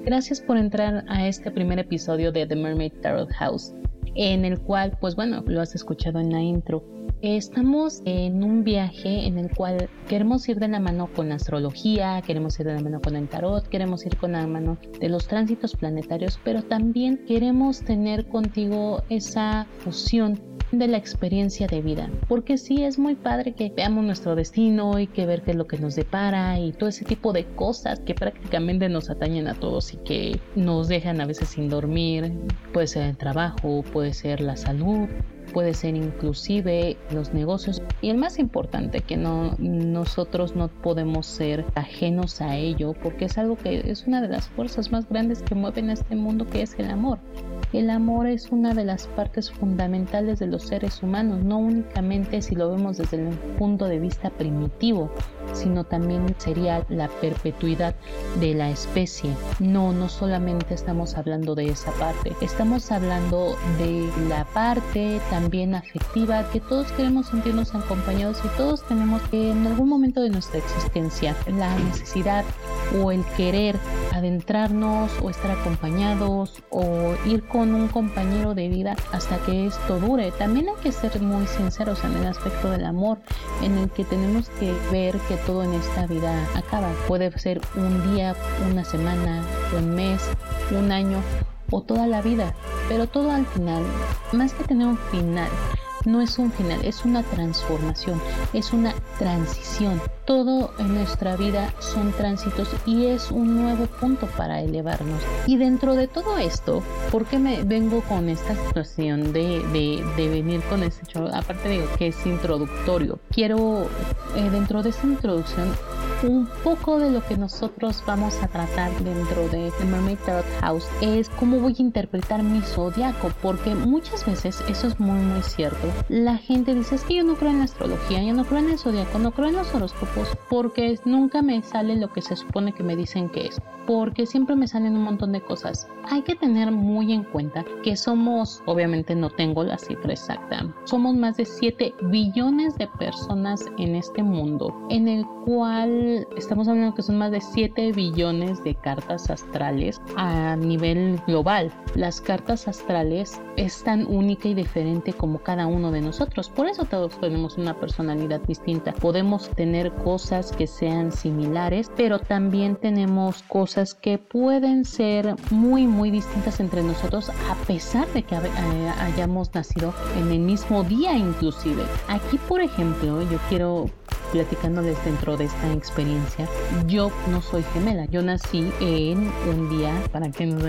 Gracias por entrar a este primer episodio de The Mermaid Tarot House, en el cual, pues bueno, lo has escuchado en la intro. Estamos en un viaje en el cual queremos ir de la mano con la astrología, queremos ir de la mano con el tarot, queremos ir con la mano de los tránsitos planetarios, pero también queremos tener contigo esa fusión de la experiencia de vida, porque sí es muy padre que veamos nuestro destino y que ver qué es lo que nos depara y todo ese tipo de cosas que prácticamente nos atañen a todos y que nos dejan a veces sin dormir. Puede ser el trabajo, puede ser la salud, puede ser inclusive los negocios, y el más importante, que nosotros no podemos ser ajenos a ello, porque es algo que es una de las fuerzas más grandes que mueven a este mundo, que es el amor. El amor es una de las partes fundamentales de los seres humanos, no únicamente si lo vemos desde el punto de vista primitivo, sino también sería la perpetuidad de la especie. No solamente estamos hablando de esa parte, estamos hablando de la parte también afectiva, que todos queremos sentirnos acompañados y todos tenemos que en algún momento de nuestra existencia la necesidad o el querer adentrarnos o estar acompañados o ir con un compañero de vida hasta que esto dure. También hay que ser muy sinceros en el aspecto del amor, en el que tenemos que ver que todo en esta vida acaba. Puede ser un día, una semana, un mes, un año o toda la vida, pero todo al final, más que tener un final, no es un final, es una transformación, es una transición. Todo en nuestra vida son tránsitos y es un nuevo punto para elevarnos. Y dentro de todo esto, ¿por qué me vengo con esta situación de venir con este show? Aparte digo que es introductorio. Quiero, dentro de esta introducción, un poco de lo que nosotros vamos a tratar dentro de The Mermaid Tarot House es cómo voy a interpretar mi zodiaco, porque muchas veces, eso es muy muy cierto, la gente dice, es que yo no creo en la astrología, yo no creo en el zodiaco, no creo en los horóscopos, porque nunca me sale lo que se supone que me dicen que es, porque siempre me salen un montón de cosas. Hay que tener muy en cuenta que somos, obviamente no tengo la cifra exacta, somos más de 7 billones de personas en este mundo, en el cual estamos hablando que son más de 7 billones de cartas astrales a nivel global. Las cartas astrales es tan única y diferente como cada uno de nosotros, por eso todos tenemos una personalidad distinta. Podemos tener cosas que sean similares, pero también tenemos cosas que pueden ser muy muy distintas entre nosotros, a pesar de que hayamos nacido en el mismo día inclusive. Aquí, por ejemplo, yo quiero platicándoles dentro de esta experiencia. Yo no soy gemela, yo nací en un día, para que nos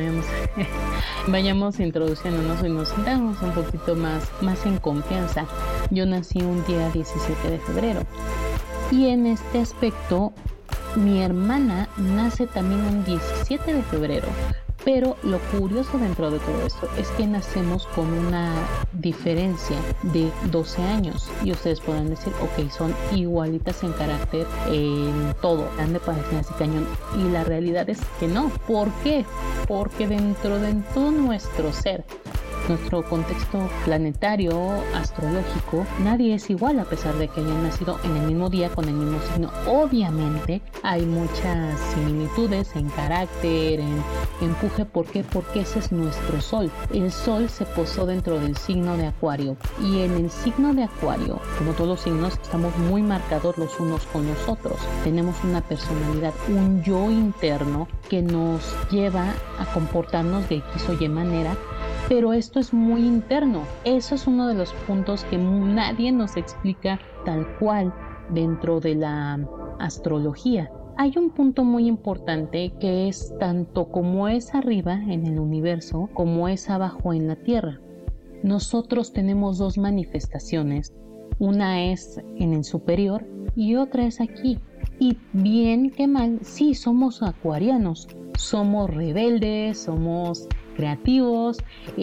vayamos introduciéndonos y nos sintamos un poquito más en confianza. Yo nací un día 17 de febrero y en este aspecto mi hermana nace también un 17 de febrero. Pero lo curioso dentro de todo esto es que nacemos con una diferencia de 12 años. Y ustedes podrán decir, ok, son igualitas en carácter, en todo, han de parecer así cañón. Y la realidad es que no. ¿Por qué? Porque dentro de todo nuestro ser, nuestro contexto planetario, astrológico, nadie es igual a pesar de que hayan nacido en el mismo día con el mismo signo. Obviamente hay muchas similitudes en carácter, en empuje. ¿Por qué? Porque ese es nuestro sol. El sol se posó dentro del signo de Acuario y en el signo de Acuario, como todos los signos, estamos muy marcados los unos con los otros. Tenemos una personalidad, un yo interno que nos lleva a comportarnos de X o Y manera. Pero esto es muy interno. Eso es uno de los puntos que nadie nos explica tal cual dentro de la astrología. Hay un punto muy importante que es tanto como es arriba en el universo como es abajo en la tierra. Nosotros tenemos dos manifestaciones. Una es en el superior y otra es aquí. Y bien que mal, sí, somos acuarianos. Somos rebeldes, somos creativos,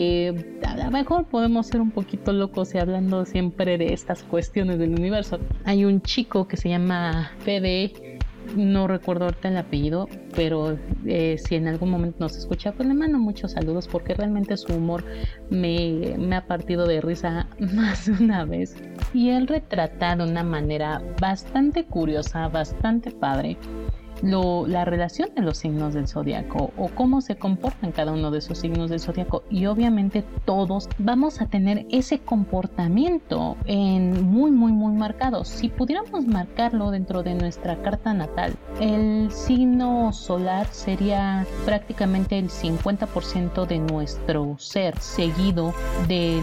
a lo mejor podemos ser un poquito locos y hablando siempre de estas cuestiones del universo. Hay un chico que se llama Fede, no recuerdo ahorita el apellido, pero si en algún momento nos escucha, pues le mando muchos saludos porque realmente su humor me ha partido de risa más de una vez. Y él retrata de una manera bastante curiosa, bastante padre, la relación de los signos del zodiaco o cómo se comportan cada uno de esos signos del zodiaco, y obviamente todos vamos a tener ese comportamiento muy marcado. Si pudiéramos marcarlo dentro de nuestra carta natal, el signo solar sería prácticamente el 50% de nuestro ser, seguido del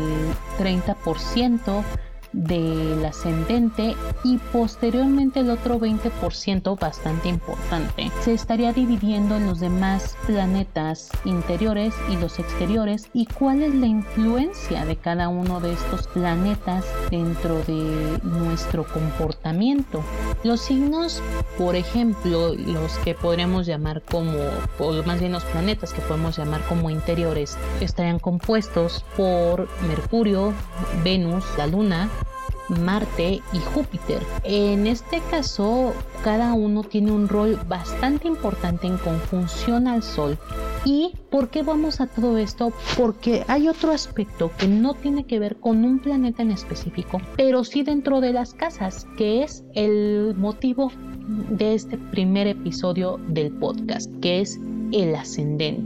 30% del ascendente, y posteriormente el otro 20%, bastante importante, se estaría dividiendo en los demás planetas interiores y los exteriores, y cuál es la influencia de cada uno de estos planetas dentro de nuestro comportamiento. Los signos, por ejemplo, los que podríamos llamar como, o más bien los planetas que podemos llamar como interiores, estarían compuestos por Mercurio, Venus, la Luna, Marte y Júpiter. En este caso, cada uno tiene un rol bastante importante en conjunción al Sol. ¿Y por qué vamos a todo esto? Porque hay otro aspecto que no tiene que ver con un planeta en específico, pero sí dentro de las casas, que es el motivo de este primer episodio del podcast, que es el ascendente.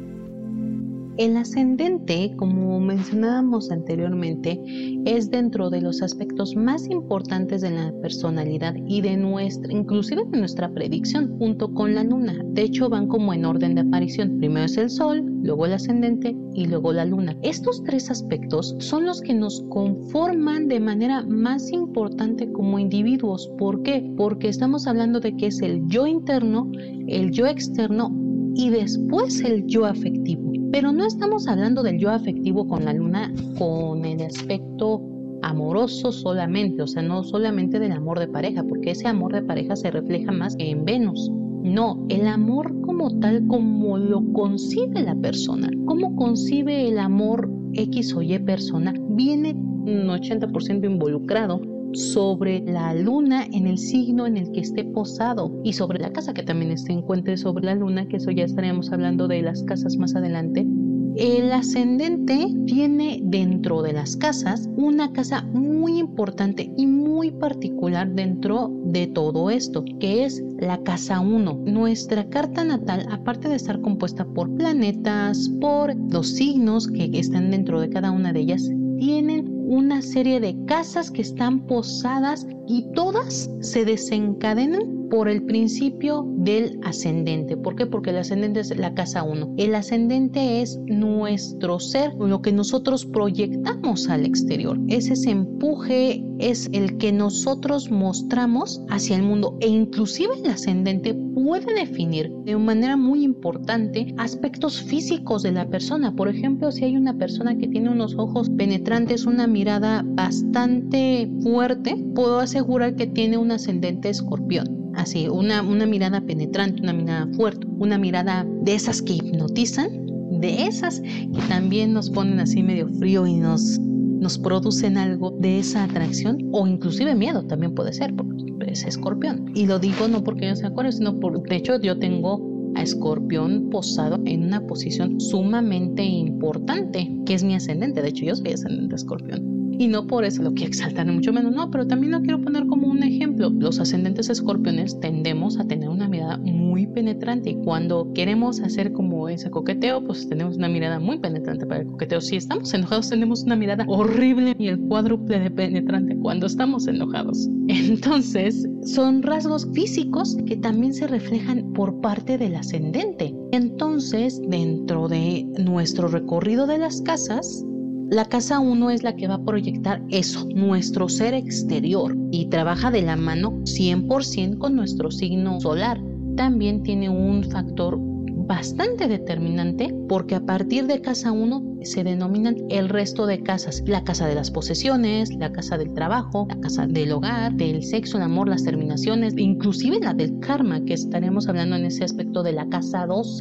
El ascendente, como mencionábamos anteriormente, es dentro de los aspectos más importantes de la personalidad y inclusive de nuestra predicción, junto con la luna. De hecho, van como en orden de aparición. Primero es el sol, luego el ascendente y luego la luna. Estos tres aspectos son los que nos conforman de manera más importante como individuos. ¿Por qué? Porque estamos hablando de que es el yo interno, el yo externo y después el yo afectivo. Pero no estamos hablando del yo afectivo con la luna con el aspecto amoroso solamente, o sea, no solamente del amor de pareja, porque ese amor de pareja se refleja más en Venus. No, el amor como tal, como lo concibe la persona, cómo concibe el amor X o Y persona, viene un 80% involucrado sobre la luna en el signo en el que esté posado, y sobre la casa que también se encuentre sobre la luna, que eso ya estaríamos hablando de las casas más adelante. El ascendente tiene dentro de las casas una casa muy importante y muy particular dentro de todo esto, que es la casa 1. Nuestra carta natal, aparte de estar compuesta por planetas, por los signos que están dentro de cada una de ellas, tienen una serie de casas que están posadas, y todas se desencadenan por el principio del ascendente. ¿Por qué? Porque el ascendente es la casa 1. El ascendente es nuestro ser, lo que nosotros proyectamos al exterior. Es ese empuje, es el que nosotros mostramos hacia el mundo, e inclusive el ascendente puede definir de manera muy importante aspectos físicos de la persona. Por ejemplo, si hay una persona que tiene unos ojos penetrantes, una mirada bastante fuerte, puedo asegurar que tiene un ascendente Escorpión. Así, una mirada penetrante, una mirada fuerte, una mirada de esas que hipnotizan, de esas que también nos ponen así medio frío y nos producen algo de esa atracción, o inclusive miedo también puede ser, porque es Escorpión. Y lo digo no porque yo sea Acuario, sino de hecho yo tengo a Escorpión posado en una posición sumamente importante, que es mi ascendente. De hecho, yo soy ascendente Escorpión. Y no por eso lo quiero exaltar, ni mucho menos, no, pero también lo quiero poner como un ejemplo. Los ascendentes escorpiones tendemos a tener una mirada muy penetrante, y cuando queremos hacer como ese coqueteo, pues tenemos una mirada muy penetrante para el coqueteo. Si estamos enojados, tenemos una mirada horrible y el cuádruple de penetrante cuando estamos enojados. Entonces, son rasgos físicos que también se reflejan por parte del ascendente. Entonces, dentro de nuestro recorrido de las casas, la casa 1 es la que va a proyectar eso, nuestro ser exterior, y trabaja de la mano 100% con nuestro signo solar. También tiene un factor bastante determinante, porque a partir de casa 1 se denominan el resto de casas: la casa de las posesiones, la casa del trabajo, la casa del hogar, del sexo, el amor, las terminaciones, inclusive la del karma, que estaremos hablando en ese aspecto de la casa 12.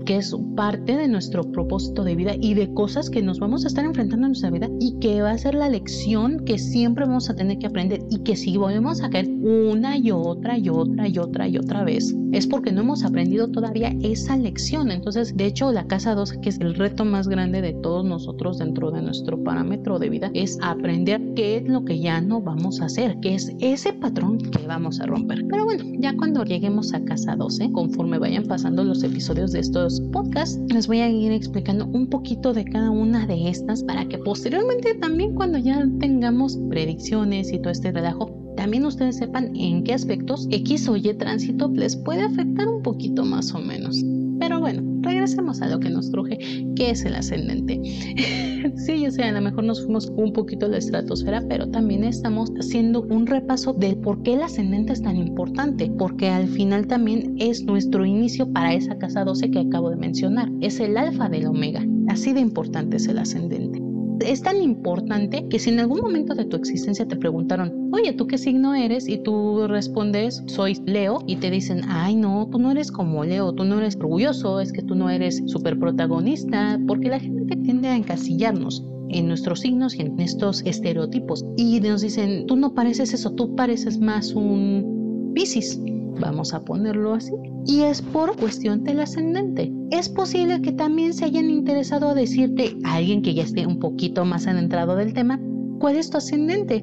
que es parte de nuestro propósito de vida y de cosas que nos vamos a estar enfrentando en nuestra vida y que va a ser la lección que siempre vamos a tener que aprender, y que si volvemos a caer una y otra vez es porque no hemos aprendido todavía esa lección. Entonces, de hecho, la casa 12, que es el reto más grande de todos nosotros dentro de nuestro parámetro de vida, es aprender qué es lo que ya no vamos a hacer, qué es ese patrón que vamos a romper. Pero bueno, ya cuando lleguemos a casa 12, conforme vayan pasando los episodios de estos podcasts, les voy a ir explicando un poquito de cada una de estas, para que posteriormente también, cuando ya tengamos predicciones y todo este relajo, también ustedes sepan en qué aspectos X o Y tránsito les puede afectar un poquito más o menos. Pero bueno, regresemos a lo que nos truje, que es el ascendente. Sí, yo sé, a lo mejor nos fuimos un poquito a la estratosfera, pero también estamos haciendo un repaso de por qué el ascendente es tan importante, porque al final también es nuestro inicio para esa casa 12 que acabo de mencionar. Es el alfa del omega, así de importante es el ascendente. Es tan importante que si en algún momento de tu existencia te preguntaron, oye, ¿tú qué signo eres? Y tú respondes, soy Leo, y te dicen, ay no, tú no eres como Leo, tú no eres orgulloso, es que tú no eres súper protagonista, porque la gente tiende a encasillarnos en nuestros signos y en estos estereotipos, y nos dicen, tú no pareces eso, tú pareces más un Piscis, vamos a ponerlo así, y es por cuestión del ascendente. Es posible que también se hayan interesado a decirte, a alguien que ya esté un poquito más adentrado del tema, ¿cuál es tu ascendente?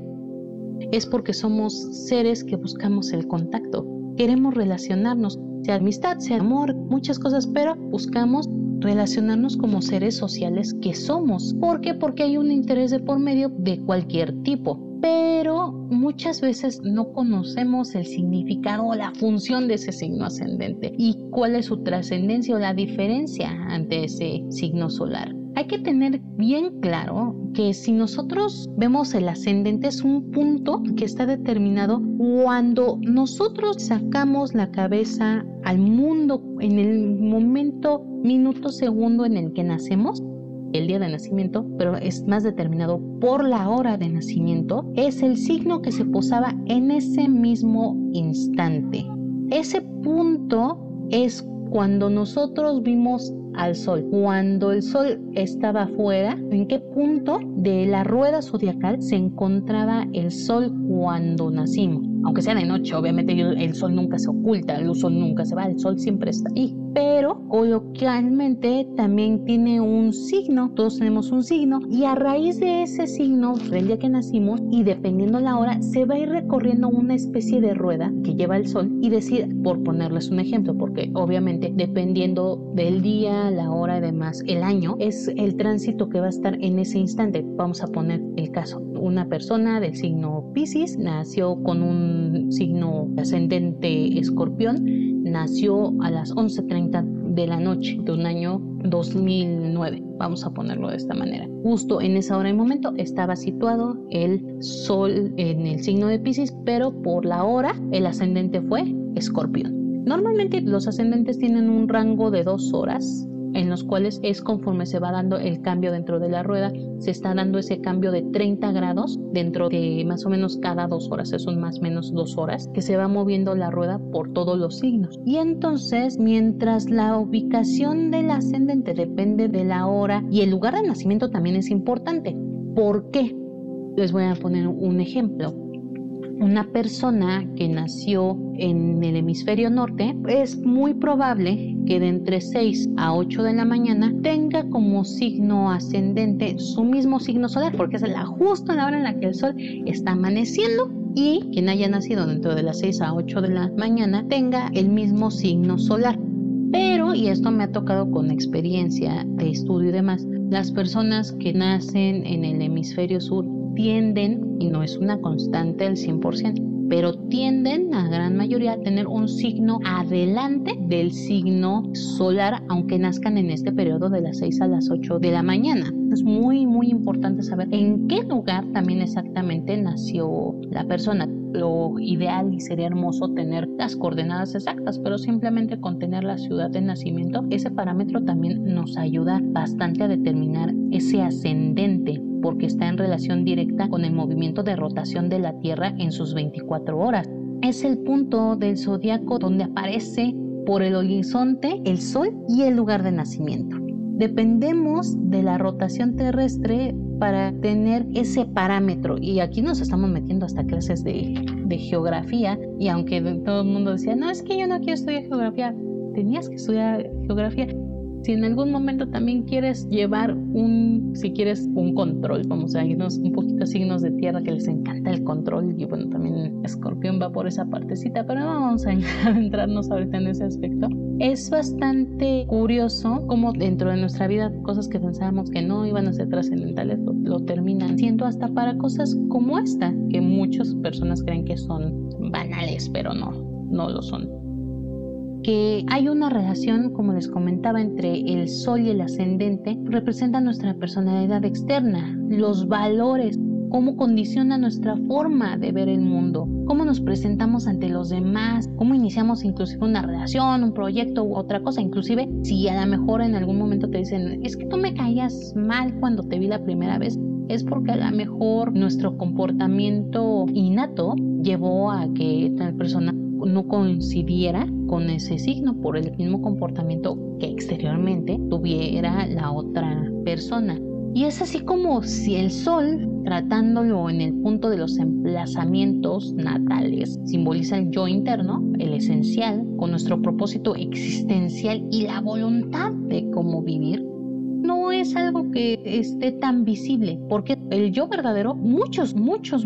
Es porque somos seres que buscamos el contacto, queremos relacionarnos, sea amistad, sea amor, muchas cosas, pero buscamos relacionarnos como seres sociales que somos. ¿Por qué? Porque hay un interés de por medio de cualquier tipo, pero muchas veces no conocemos el significado o la función de ese signo ascendente y cuál es su trascendencia o la diferencia ante ese signo solar. Hay que tener bien claro que si nosotros vemos el ascendente, es un punto que está determinado cuando nosotros sacamos la cabeza al mundo en el momento, minuto, segundo en el que nacemos, el día de nacimiento, pero es más determinado por la hora de nacimiento. Es el signo que se posaba en ese mismo instante. Ese punto es cuando nosotros vimos al sol, cuando el sol estaba afuera, en qué punto de la rueda zodiacal se encontraba el sol cuando nacimos. Aunque sea de noche, obviamente el sol nunca se oculta, el sol nunca se va, el sol siempre está ahí. Pero coloquialmente también tiene un signo, todos tenemos un signo, y a raíz de ese signo, del día que nacimos, y dependiendo la hora, se va a ir recorriendo una especie de rueda que lleva el sol, y decir, por ponerles un ejemplo, porque obviamente dependiendo del día, la hora y demás, el año, es el tránsito que va a estar en ese instante. Vamos a poner el caso, una persona del signo Piscis nació con un signo ascendente Escorpión, nació a las 11:30 de la noche de un año 2009, vamos a ponerlo de esta manera. Justo en esa hora y momento estaba situado el sol en el signo de Piscis, pero por la hora el ascendente fue Escorpión. Normalmente los ascendentes tienen un rango de 2 horas, en los cuales es conforme se va dando el cambio dentro de la rueda, se está dando ese cambio de 30 grados dentro de más o menos cada 2 horas, eso son más o menos 2 horas, que se va moviendo la rueda por todos los signos. Y entonces, mientras la ubicación del ascendente depende de la hora y el lugar de nacimiento también es importante. ¿Por qué? Les voy a poner un ejemplo. Una persona que nació en el hemisferio norte, es muy probable que de entre 6 a 8 de la mañana tenga como signo ascendente su mismo signo solar, porque es justo la hora en la que el sol está amaneciendo, y quien haya nacido dentro de las 6 a 8 de la mañana tenga el mismo signo solar. Pero, y esto me ha tocado con experiencia de estudio y demás, las personas que nacen en el hemisferio sur tienden, y no es una constante al 100%, pero tienden a gran mayoría a tener un signo adelante del signo solar, aunque nazcan en este periodo de las 6 a las 8 de la mañana. Es muy, muy importante saber en qué lugar también exactamente nació la persona. Lo ideal y sería hermoso tener las coordenadas exactas, pero simplemente con tener la ciudad de nacimiento, ese parámetro también nos ayuda bastante a determinar ese ascendente, porque está en relación directa con el movimiento de rotación de la Tierra en sus 24 horas. Es el punto del zodiaco donde aparece por el horizonte, el Sol y el lugar de nacimiento. Dependemos de la rotación terrestre para tener ese parámetro, y aquí nos estamos metiendo hasta clases de geografía, y aunque todo el mundo decía, no, es que yo no quiero estudiar geografía, tenías que estudiar geografía. Si en algún momento también quieres llevar si quieres un control, vamos a irnos un poquito a signos de tierra que les encanta el control, y bueno, también Escorpión va por esa partecita, pero no vamos a entrarnos ahorita en ese aspecto. Es bastante curioso cómo dentro de nuestra vida cosas que pensábamos que no iban a ser trascendentales lo terminan siendo, hasta para cosas como esta, que muchas personas creen que son banales, pero no lo son. Que hay una relación, como les comentaba, entre el Sol y el ascendente, representa nuestra personalidad externa, los valores, cómo condiciona nuestra forma de ver el mundo, cómo nos presentamos ante los demás, cómo iniciamos inclusive una relación, un proyecto u otra cosa. Inclusive si a lo mejor en algún momento te dicen, es que tú me caías mal cuando te vi la primera vez, es porque a lo mejor nuestro comportamiento innato llevó a que tal persona no coincidiera con ese signo por el mismo comportamiento que exteriormente tuviera la otra persona. Y es así como si el Sol, tratándolo en el punto de los emplazamientos natales, simboliza el yo interno, el esencial, con nuestro propósito existencial y la voluntad de cómo vivir. No es algo que esté tan visible, porque el yo verdadero, muchos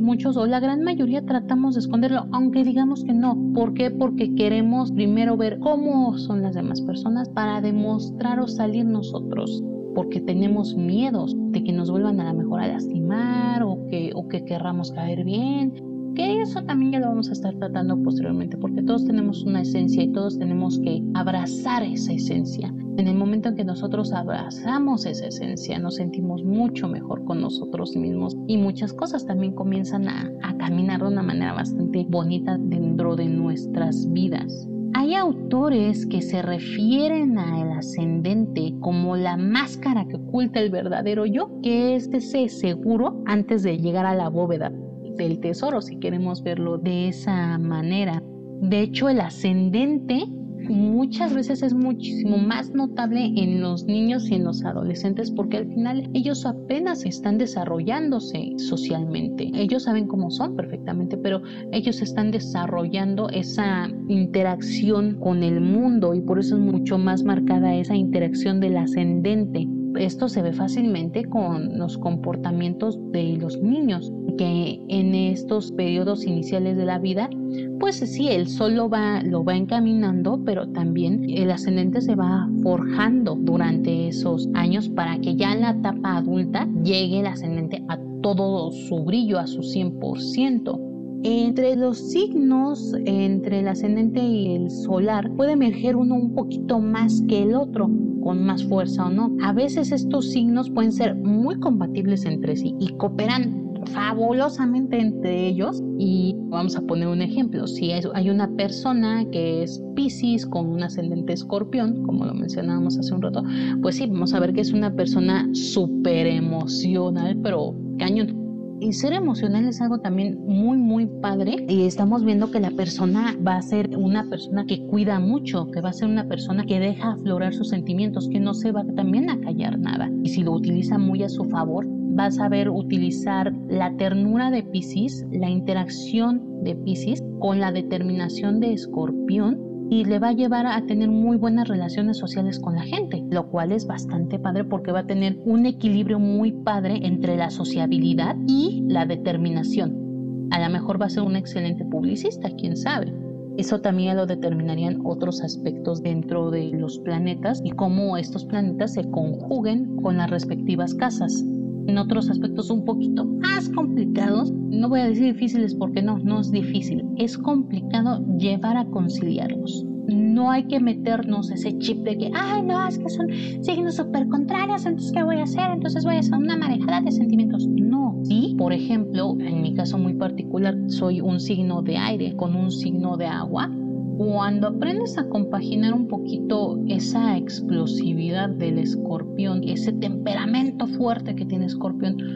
o la gran mayoría tratamos de esconderlo, aunque digamos que no. ¿Por qué? Porque queremos primero ver cómo son las demás personas para demostrar o salir nosotros, porque tenemos miedos de que nos vuelvan a lo mejor a lastimar o que querramos caer bien. Que eso también ya lo vamos a estar tratando posteriormente, porque todos tenemos una esencia y todos tenemos que abrazar esa esencia. En el momento en que nosotros abrazamos esa esencia, nos sentimos mucho mejor con nosotros mismos, y muchas cosas también comienzan a caminar de una manera bastante bonita dentro de nuestras vidas. Hay autores que se refieren al ascendente como la máscara que oculta el verdadero yo, que es ese seguro antes de llegar a la bóveda del tesoro, si queremos verlo de esa manera. De hecho, el ascendente muchas veces es muchísimo más notable en los niños y en los adolescentes, porque al final ellos apenas están desarrollándose socialmente. Ellos saben cómo son perfectamente, pero ellos están desarrollando esa interacción con el mundo, y por eso es mucho más marcada esa interacción del ascendente. Esto se ve fácilmente con los comportamientos de los niños, que en estos periodos iniciales de la vida, pues sí, el Sol lo va encaminando, pero también el ascendente se va forjando durante esos años para que ya en la etapa adulta llegue el ascendente a todo su brillo, a su 100%. Entre los signos, entre el ascendente y el solar, puede emerger uno un poquito más que el otro, con más fuerza o no. A veces estos signos pueden ser muy compatibles entre sí y cooperan fabulosamente entre ellos. Y vamos a poner un ejemplo: si hay una persona que es Piscis con un ascendente Escorpión, como lo mencionábamos hace un rato, pues sí, vamos a ver que es una persona súper emocional, pero cañón. Y ser emocional es algo también muy padre, y estamos viendo que la persona va a ser una persona que cuida mucho, que va a ser una persona que deja aflorar sus sentimientos, que no se va también a callar nada, y si lo utiliza muy a su favor, va a saber utilizar la ternura de Piscis, la interacción de Piscis con la determinación de Escorpión, y le va a llevar a tener muy buenas relaciones sociales con la gente, lo cual es bastante padre porque va a tener un equilibrio muy padre entre la sociabilidad y la determinación. A lo mejor va a ser un excelente publicista, quién sabe. Eso también lo determinarían otros aspectos dentro de los planetas y cómo estos planetas se conjuguen con las respectivas casas. En otros aspectos un poquito más complicados, no voy a decir difíciles porque no es difícil, es complicado llevar a conciliarlos. No hay que meternos ese chip de que, ay no, es que son signos súper contrarios, entonces ¿qué voy a hacer? Entonces voy a hacer una marejada de sentimientos. No, sí, por ejemplo, en mi caso muy particular, soy un signo de aire con un signo de agua. Cuando aprendes a compaginar un poquito esa explosividad del Escorpión, ese temperamento fuerte que tiene Escorpión,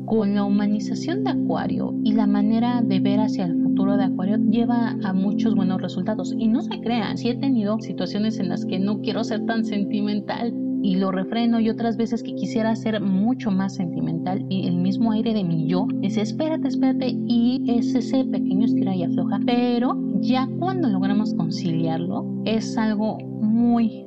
con la humanización de Acuario y la manera de ver hacia el futuro de Acuario lleva a muchos buenos resultados. Y no se crean, sí he tenido situaciones en las que no quiero ser tan sentimental y lo refreno, y otras veces que quisiera ser mucho más sentimental y el mismo aire de mi yo dice espérate y es ese pequeño estira y afloja, pero ya cuando logramos conciliarlo es algo muy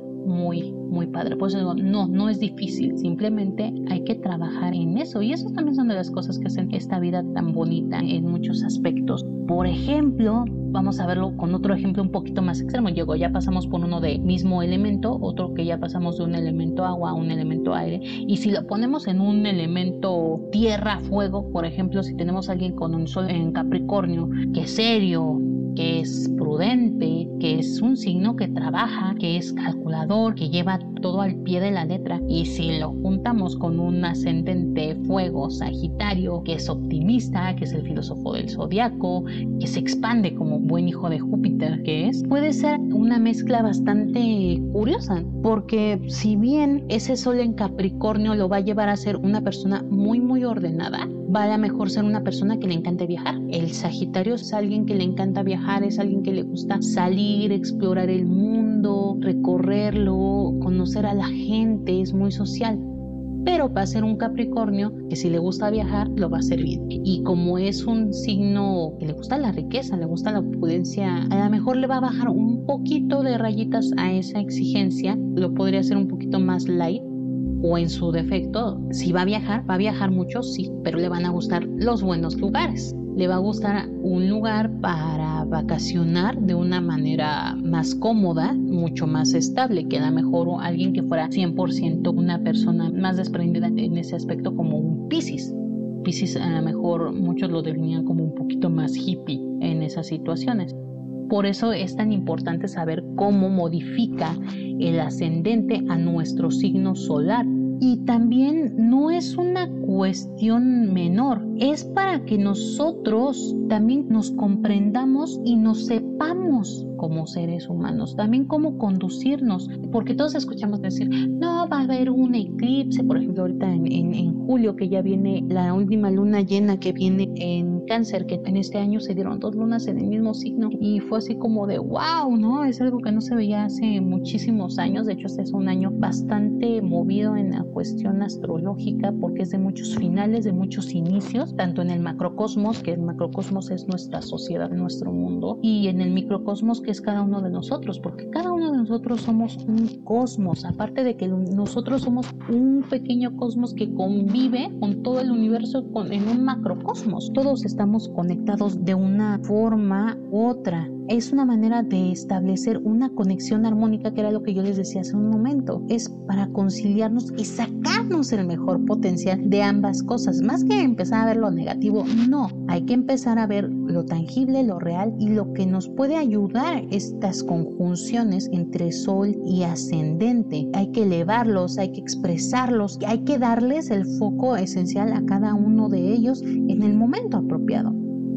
padre. Pues digo, no es difícil, simplemente hay que trabajar en eso, y eso también son de las cosas que hacen esta vida tan bonita en muchos aspectos. Por ejemplo, vamos a verlo con otro ejemplo un poquito más extremo. Ya pasamos por uno de mismo elemento, otro que ya pasamos de un elemento agua a un elemento aire, y si lo ponemos en un elemento tierra, fuego, por ejemplo, si tenemos a alguien con un sol en Capricornio, que es serio, que es prudente, que es un signo que trabaja, que es calculador, que lleva todo al pie de la letra, y si lo juntamos con un ascendente fuego, Sagitario, que es optimista, que es el filósofo del zodiaco, que se expande como buen hijo de Júpiter que es, puede ser una mezcla bastante curiosa, porque si bien ese sol en Capricornio lo va a llevar a ser una persona muy ordenada, va a lo mejor ser una persona que le encanta viajar. El Sagitario es alguien que le encanta viajar, es alguien que le gusta salir, explorar el mundo, recorrerlo, conocer a la gente, es muy social. Pero va a ser un Capricornio que si le gusta viajar, lo va a hacer bien. Y como es un signo que le gusta la riqueza, le gusta la opulencia, a lo mejor le va a bajar un poquito de rayitas a esa exigencia, lo podría hacer un poquito más light. O en su defecto, si va a viajar mucho, sí, pero le van a gustar los buenos lugares. Le va a gustar un lugar para vacacionar de una manera más cómoda, mucho más estable, que a lo mejor alguien que fuera 100% una persona más desprendida en ese aspecto, como un Piscis. Piscis a lo mejor muchos lo definían como un poquito más hippie en esas situaciones. Por eso es tan importante saber cómo modifica el ascendente a nuestro signo solar. Y también no es una cuestión menor, es para que nosotros también nos comprendamos y nos sepamos como seres humanos, también cómo conducirnos, porque todos escuchamos decir, no, va a haber un eclipse, por ejemplo, ahorita en julio, que ya viene la última luna llena que viene en Cáncer, que en este año se dieron 2 lunas en el mismo signo, y fue así como de wow, ¿no? Es algo que no se veía hace muchísimos años. De hecho, este es un año bastante movido en la cuestión astrológica, porque es de muchos finales, de muchos inicios, tanto en el macrocosmos, que el macrocosmos es nuestra sociedad, nuestro mundo, y en el microcosmos, que es cada uno de nosotros, porque cada uno de nosotros somos un cosmos, aparte de que nosotros somos un pequeño cosmos que convive con todo el universo en un macrocosmos. Todos estamos conectados de una forma u otra. Es una manera de establecer una conexión armónica, que era lo que yo les decía hace un momento. Es para conciliarnos y sacarnos el mejor potencial de ambas cosas. Más que empezar a ver lo negativo, no. Hay que empezar a ver lo tangible, lo real, y lo que nos puede ayudar estas conjunciones entre sol y ascendente. Hay que elevarlos, hay que expresarlos, hay que darles el foco esencial a cada uno de ellos en el momento apropiado.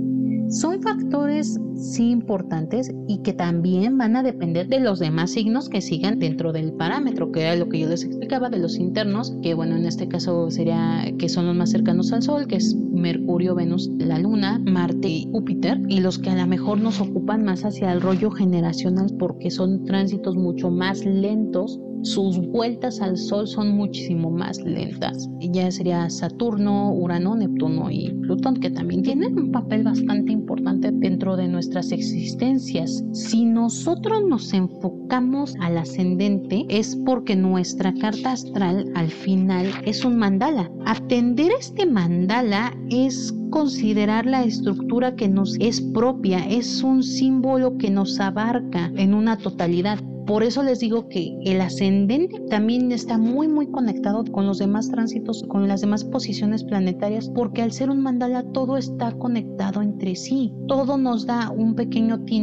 Son factores sí importantes y que también van a depender de los demás signos que sigan dentro del parámetro, que era lo que yo les explicaba de los internos, que bueno, en este caso sería que son los más cercanos al Sol, que es Mercurio, Venus, la Luna, Marte y Júpiter, y los que a lo mejor nos ocupan más hacia el rollo generacional, porque son tránsitos mucho más lentos. Sus vueltas al Sol son muchísimo más lentas. Ya sería Saturno, Urano, Neptuno y Plutón, que también tienen un papel bastante importante dentro de nuestras existencias. Si nosotros nos enfocamos al ascendente, es porque nuestra carta astral al final es un mandala. Atender este mandala es considerar la estructura que nos es propia, es un símbolo que nos abarca en una totalidad. Por eso les digo que el ascendente también está muy conectado con los demás tránsitos, con las demás posiciones planetarias, porque al ser un mandala todo está conectado entre sí. Todo nos da un pequeño tinte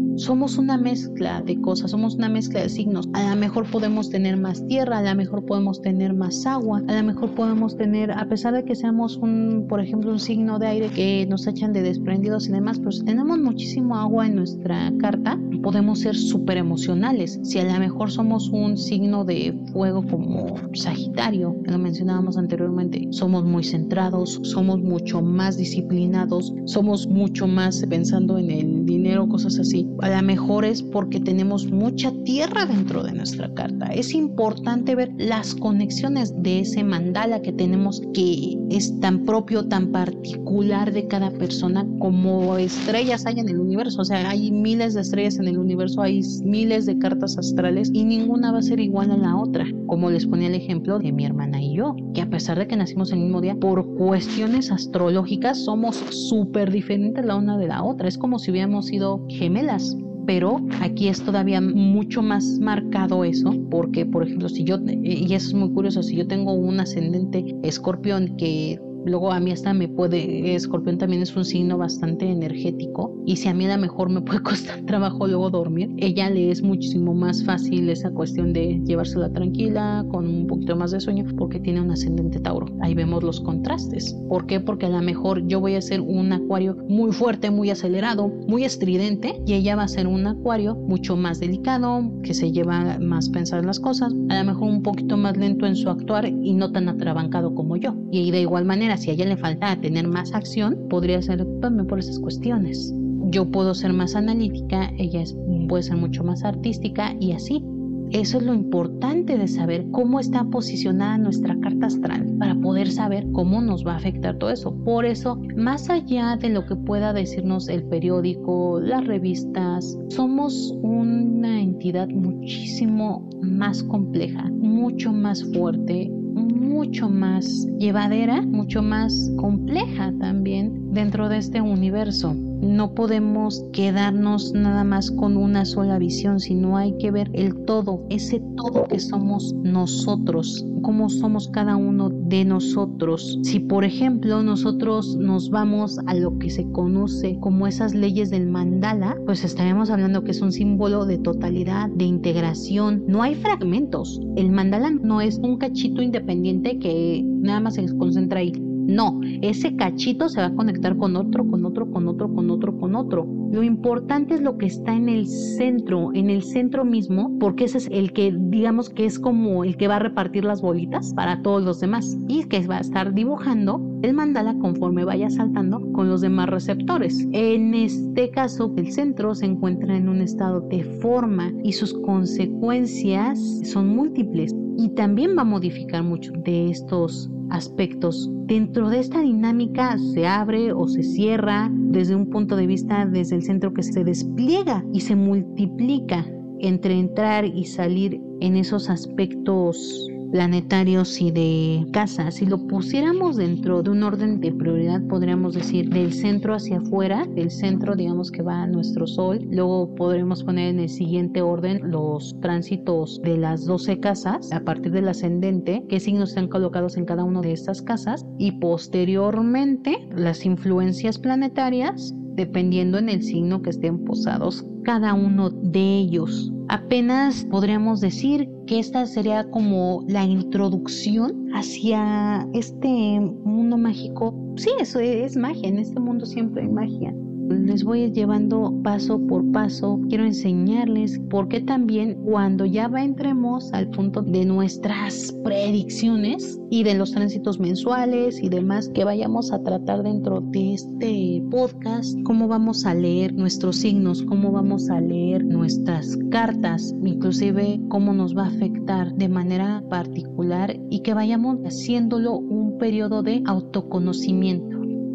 somos una mezcla de cosas, somos una mezcla de signos. A lo mejor podemos tener más tierra, a lo mejor podemos tener más agua, a lo mejor podemos tener, a pesar de que seamos por ejemplo, un signo de aire que nos echan de desprendidos y demás, pero si tenemos muchísimo agua en nuestra carta, podemos ser súper emocionales. Si a lo mejor somos un signo de fuego como Sagitario, que lo mencionábamos anteriormente, somos muy centrados, somos mucho más disciplinados, somos mucho más pensando en el dinero, cosas así. A lo mejor es porque tenemos mucha tierra dentro de nuestra carta. Es importante ver las conexiones de ese mandala que tenemos, que es tan propio, tan particular de cada persona, como estrellas hay en el universo. O sea, hay miles de estrellas en el universo, hay miles de cartas astrales y ninguna va a ser igual a la otra. Como les ponía el ejemplo de mi hermana y yo, que a pesar de que nacimos el mismo día, por cuestiones astrológicas somos súper diferentes la una de la otra. Es como si hubiéramos sido gemelas. Pero aquí es todavía mucho más marcado eso, porque, por ejemplo, y eso es muy curioso, si yo tengo un ascendente Escorpión, que luego a mí hasta Escorpión también es un signo bastante energético, y si a mí a lo mejor me puede costar trabajo luego dormir, ella le es muchísimo más fácil esa cuestión de llevársela tranquila, con un poquito más de sueño, porque tiene un ascendente Tauro. Ahí vemos los contrastes. ¿Por qué? Porque a lo mejor yo voy a ser un Acuario muy fuerte, muy acelerado, muy estridente, y ella va a ser un Acuario mucho más delicado, que se lleva más pensar en las cosas, a lo mejor un poquito más lento en su actuar y no tan atrabancado como yo. Y de igual manera, si a ella le falta tener más acción, podría ser también por esas cuestiones. Yo puedo ser más analítica, ella puede ser mucho más artística y así. Eso es lo importante de saber cómo está posicionada nuestra carta astral para poder saber cómo nos va a afectar todo eso. Por eso, más allá de lo que pueda decirnos el periódico, las revistas, somos una entidad muchísimo más compleja, mucho más fuerte, mucho más llevadera, mucho más compleja también dentro de este universo. No podemos quedarnos nada más con una sola visión, sino hay que ver el todo, ese todo que somos nosotros, cómo somos cada uno de nosotros. Si por ejemplo nosotros nos vamos a lo que se conoce como esas leyes del mandala, pues estaremos hablando que es un símbolo de totalidad, de integración. No hay fragmentos. El mandala no es un cachito independiente que nada más se concentra ahí. No, ese cachito se va a conectar con otro, con otro, con otro, con otro, con otro. Lo importante es lo que está en el centro mismo, porque ese es el que, digamos que es como el que va a repartir las bolitas para todos los demás y que va a estar dibujando el mandala conforme vaya saltando con los demás receptores. En este caso, el centro se encuentra en un estado de forma y sus consecuencias son múltiples y también va a modificar mucho de estos aspectos. Dentro de esta dinámica se abre o se cierra desde un punto de vista desde el centro, que se despliega y se multiplica entre entrar y salir en esos aspectos planetarios y de casa. Si lo pusiéramos dentro de un orden de prioridad, podríamos decir del centro hacia afuera, del centro digamos que va a nuestro sol, luego podremos poner en el siguiente orden los tránsitos de las 12 casas a partir del ascendente, qué signos están colocados en cada una de estas casas, y posteriormente las influencias planetarias dependiendo en el signo que estén posados cada uno de ellos. Apenas podríamos decir que esta sería como la introducción hacia este mundo mágico. Sí, eso es magia, en este mundo siempre hay magia. Les voy llevando paso por paso, quiero enseñarles porque también cuando ya entremos al punto de nuestras predicciones y de los tránsitos mensuales y demás que vayamos a tratar dentro de este podcast, cómo vamos a leer nuestros signos, cómo vamos a leer nuestras cartas, inclusive cómo nos va a afectar de manera particular y que vayamos haciéndolo un periodo de autoconocimiento.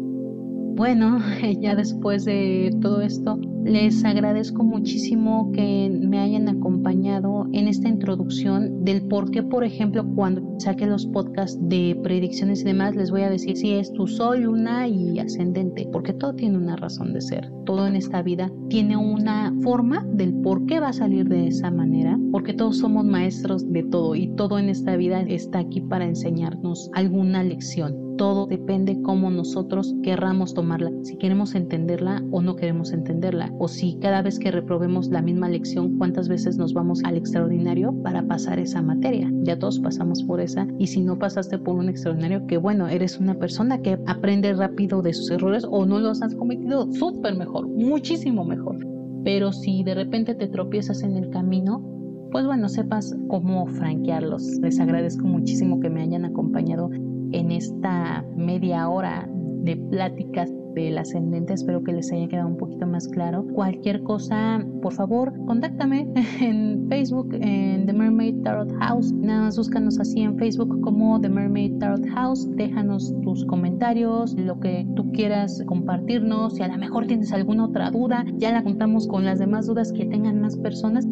Bueno, ya después de todo esto, les agradezco muchísimo que me hayan acompañado en esta introducción del por qué, por ejemplo, cuando saque los podcasts de predicciones y demás, les voy a decir si es tu sol, luna y ascendente, porque todo tiene una razón de ser. Todo en esta vida tiene una forma del por qué va a salir de esa manera, porque todos somos maestros de todo y todo en esta vida está aquí para enseñarnos alguna lección. Todo depende cómo nosotros querramos tomarla, si queremos entenderla o no queremos entenderla. o si cada vez que reprobemos la misma lección, cuántas veces nos vamos al extraordinario para pasar esa materia. Ya todos pasamos por esa, y si no pasaste por un extraordinario, que bueno, eres una persona que aprende rápido de sus errores o no los has cometido, súper mejor, muchísimo mejor. Pero si de repente te tropiezas en el camino, pues bueno, sepas cómo franquearlos. Les agradezco muchísimo que me hayan acompañado en esta media hora de pláticas del ascendente. Espero que les haya quedado un poquito más claro. Cualquier cosa, por favor, contáctame en Facebook, en The Mermaid Tarot House. Nada más búscanos así en Facebook como The Mermaid Tarot House. Déjanos tus comentarios, lo que tú quieras compartirnos. Si a lo mejor tienes alguna otra duda, ya la contamos con las demás dudas que tengan más personas.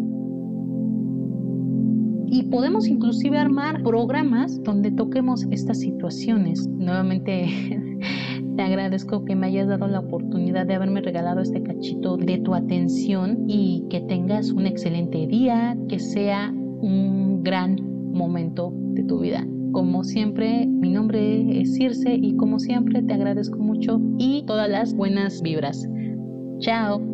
Y podemos inclusive armar programas donde toquemos estas situaciones. Nuevamente te agradezco que me hayas dado la oportunidad de haberme regalado este cachito de tu atención, y que tengas un excelente día, que sea un gran momento de tu vida. Como siempre, mi nombre es Circe, y como siempre te agradezco mucho y todas las buenas vibras. Chao.